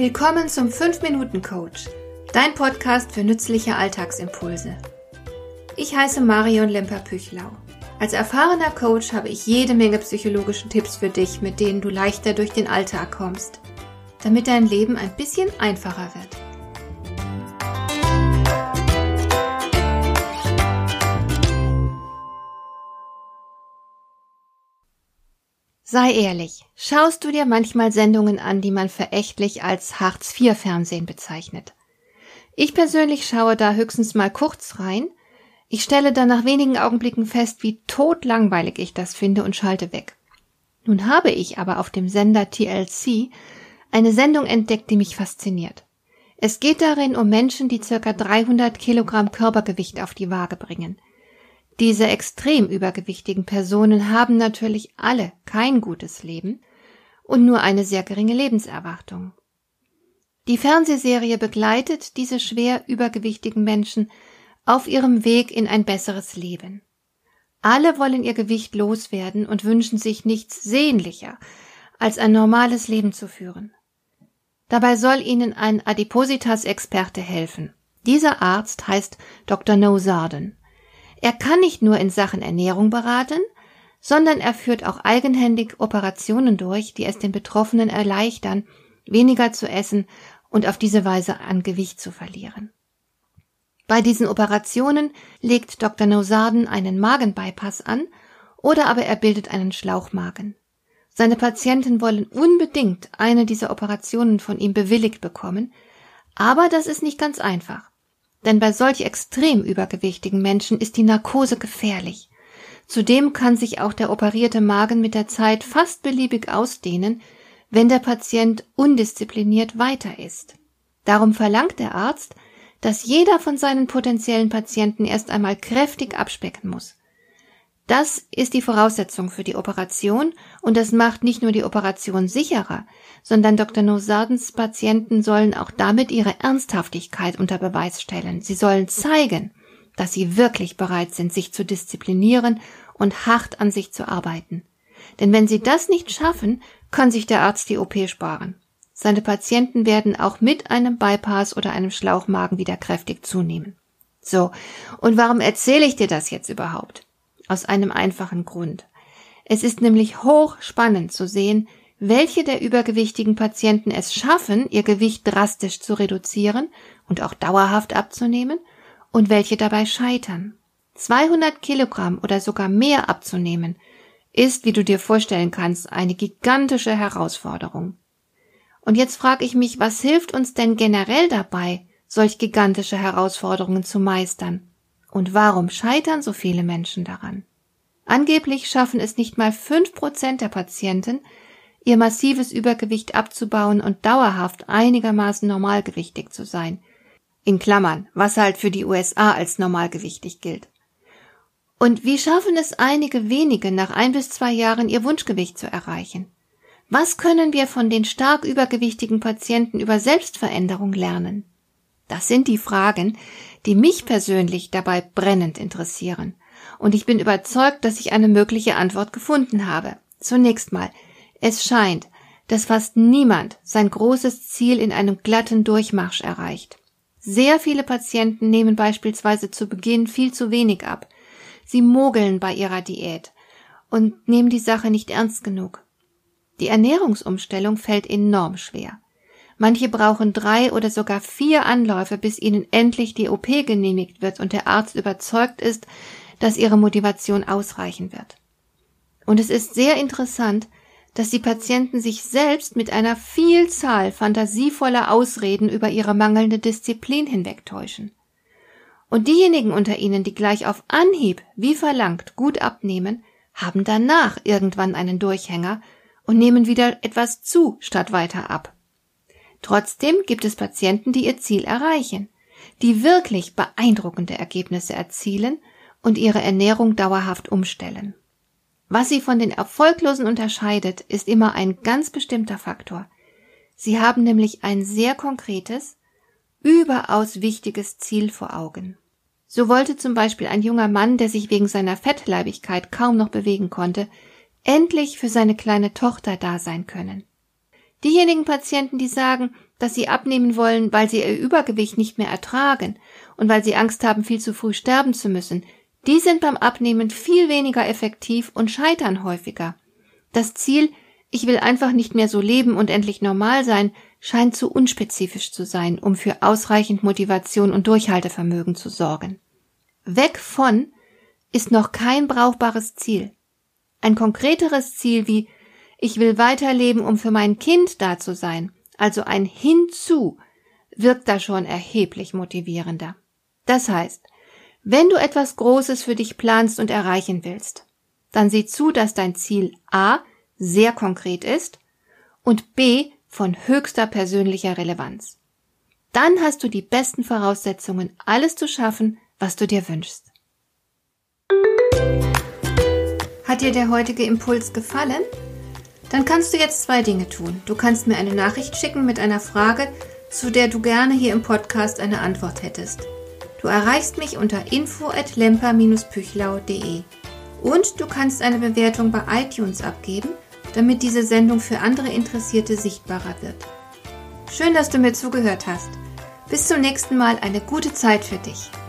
Willkommen zum 5-Minuten-Coach, dein Podcast für nützliche Alltagsimpulse. Ich heiße Marion Lemper-Püchlau. Als erfahrener Coach habe ich jede Menge psychologische Tipps für dich, mit denen du leichter durch den Alltag kommst, damit dein Leben ein bisschen einfacher wird. Sei ehrlich, schaust du dir manchmal Sendungen an, die man verächtlich als Hartz-IV-Fernsehen bezeichnet? Ich persönlich schaue da höchstens mal kurz rein. Ich stelle dann nach wenigen Augenblicken fest, wie totlangweilig ich das finde und schalte weg. Nun habe ich aber auf dem Sender TLC eine Sendung entdeckt, die mich fasziniert. Es geht darin um Menschen, die ca. 300 Kilogramm Körpergewicht auf die Waage bringen. Diese extrem übergewichtigen Personen haben natürlich alle kein gutes Leben und nur eine sehr geringe Lebenserwartung. Die Fernsehserie begleitet diese schwer übergewichtigen Menschen auf ihrem Weg in ein besseres Leben. Alle wollen ihr Gewicht loswerden und wünschen sich nichts sehnlicher, als ein normales Leben zu führen. Dabei soll ihnen ein Adipositas-Experte helfen. Dieser Arzt heißt Dr. Noah Sarden. Er kann nicht nur in Sachen Ernährung beraten, sondern er führt auch eigenhändig Operationen durch, die es den Betroffenen erleichtern, weniger zu essen und auf diese Weise an Gewicht zu verlieren. Bei diesen Operationen legt Dr. Noah Sarden einen Magenbypass an oder aber er bildet einen Schlauchmagen. Seine Patienten wollen unbedingt eine dieser Operationen von ihm bewilligt bekommen, aber das ist nicht ganz einfach. Denn bei solch extrem übergewichtigen Menschen ist die Narkose gefährlich. Zudem kann sich auch der operierte Magen mit der Zeit fast beliebig ausdehnen, wenn der Patient undiszipliniert weiter isst. Darum verlangt der Arzt, dass jeder von seinen potenziellen Patienten erst einmal kräftig abspecken muss. Das ist die Voraussetzung für die Operation und das macht nicht nur die Operation sicherer, sondern Dr. Noah Sardens Patienten sollen auch damit ihre Ernsthaftigkeit unter Beweis stellen. Sie sollen zeigen, dass sie wirklich bereit sind, sich zu disziplinieren und hart an sich zu arbeiten. Denn wenn sie das nicht schaffen, kann sich der Arzt die OP sparen. Seine Patienten werden auch mit einem Bypass oder einem Schlauchmagen wieder kräftig zunehmen. So, und warum erzähle ich dir das jetzt überhaupt? Aus einem einfachen Grund. Es ist nämlich hochspannend zu sehen, welche der übergewichtigen Patienten es schaffen, ihr Gewicht drastisch zu reduzieren und auch dauerhaft abzunehmen und welche dabei scheitern. 200 Kilogramm oder sogar mehr abzunehmen ist, wie du dir vorstellen kannst, eine gigantische Herausforderung. Und jetzt frage ich mich, was hilft uns denn generell dabei, solch gigantische Herausforderungen zu meistern? Und warum scheitern so viele Menschen daran? Angeblich schaffen es nicht mal 5% der Patienten, ihr massives Übergewicht abzubauen und dauerhaft einigermaßen normalgewichtig zu sein. In Klammern, was halt für die USA als normalgewichtig gilt. Und wie schaffen es einige wenige, nach 1 bis 2 Jahren ihr Wunschgewicht zu erreichen? Was können wir von den stark übergewichtigen Patienten über Selbstveränderung lernen? Das sind die Fragen, die mich persönlich dabei brennend interessieren. Und ich bin überzeugt, dass ich eine mögliche Antwort gefunden habe. Zunächst mal, es scheint, dass fast niemand sein großes Ziel in einem glatten Durchmarsch erreicht. Sehr viele Patienten nehmen beispielsweise zu Beginn viel zu wenig ab. Sie mogeln bei ihrer Diät und nehmen die Sache nicht ernst genug. Die Ernährungsumstellung fällt enorm schwer. Manche brauchen 3 oder sogar 4 Anläufe, bis ihnen endlich die OP genehmigt wird und der Arzt überzeugt ist, dass ihre Motivation ausreichen wird. Und es ist sehr interessant, dass die Patienten sich selbst mit einer Vielzahl fantasievoller Ausreden über ihre mangelnde Disziplin hinwegtäuschen. Und diejenigen unter ihnen, die gleich auf Anhieb, wie verlangt, gut abnehmen, haben danach irgendwann einen Durchhänger und nehmen wieder etwas zu, statt weiter ab. Trotzdem gibt es Patienten, die ihr Ziel erreichen, die wirklich beeindruckende Ergebnisse erzielen und ihre Ernährung dauerhaft umstellen. Was sie von den Erfolglosen unterscheidet, ist immer ein ganz bestimmter Faktor. Sie haben nämlich ein sehr konkretes, überaus wichtiges Ziel vor Augen. So wollte zum Beispiel ein junger Mann, der sich wegen seiner Fettleibigkeit kaum noch bewegen konnte, endlich für seine kleine Tochter da sein können. Diejenigen Patienten, die sagen, dass sie abnehmen wollen, weil sie ihr Übergewicht nicht mehr ertragen und weil sie Angst haben, viel zu früh sterben zu müssen, die sind beim Abnehmen viel weniger effektiv und scheitern häufiger. Das Ziel, ich will einfach nicht mehr so leben und endlich normal sein, scheint zu unspezifisch zu sein, um für ausreichend Motivation und Durchhaltevermögen zu sorgen. Weg von ist noch kein brauchbares Ziel. Ein konkreteres Ziel wie ich will weiterleben, um für mein Kind da zu sein, also ein Hinzu, wirkt da schon erheblich motivierender. Das heißt, wenn du etwas Großes für dich planst und erreichen willst, dann sieh zu, dass dein Ziel A sehr konkret ist und B von höchster persönlicher Relevanz. Dann hast du die besten Voraussetzungen, alles zu schaffen, was du dir wünschst. Hat dir der heutige Impuls gefallen? Dann kannst du jetzt 2 Dinge tun. Du kannst mir eine Nachricht schicken mit einer Frage, zu der du gerne hier im Podcast eine Antwort hättest. Du erreichst mich unter info@lemper-püchlau.de und du kannst eine Bewertung bei iTunes abgeben, damit diese Sendung für andere Interessierte sichtbarer wird. Schön, dass du mir zugehört hast. Bis zum nächsten Mal, eine gute Zeit für dich.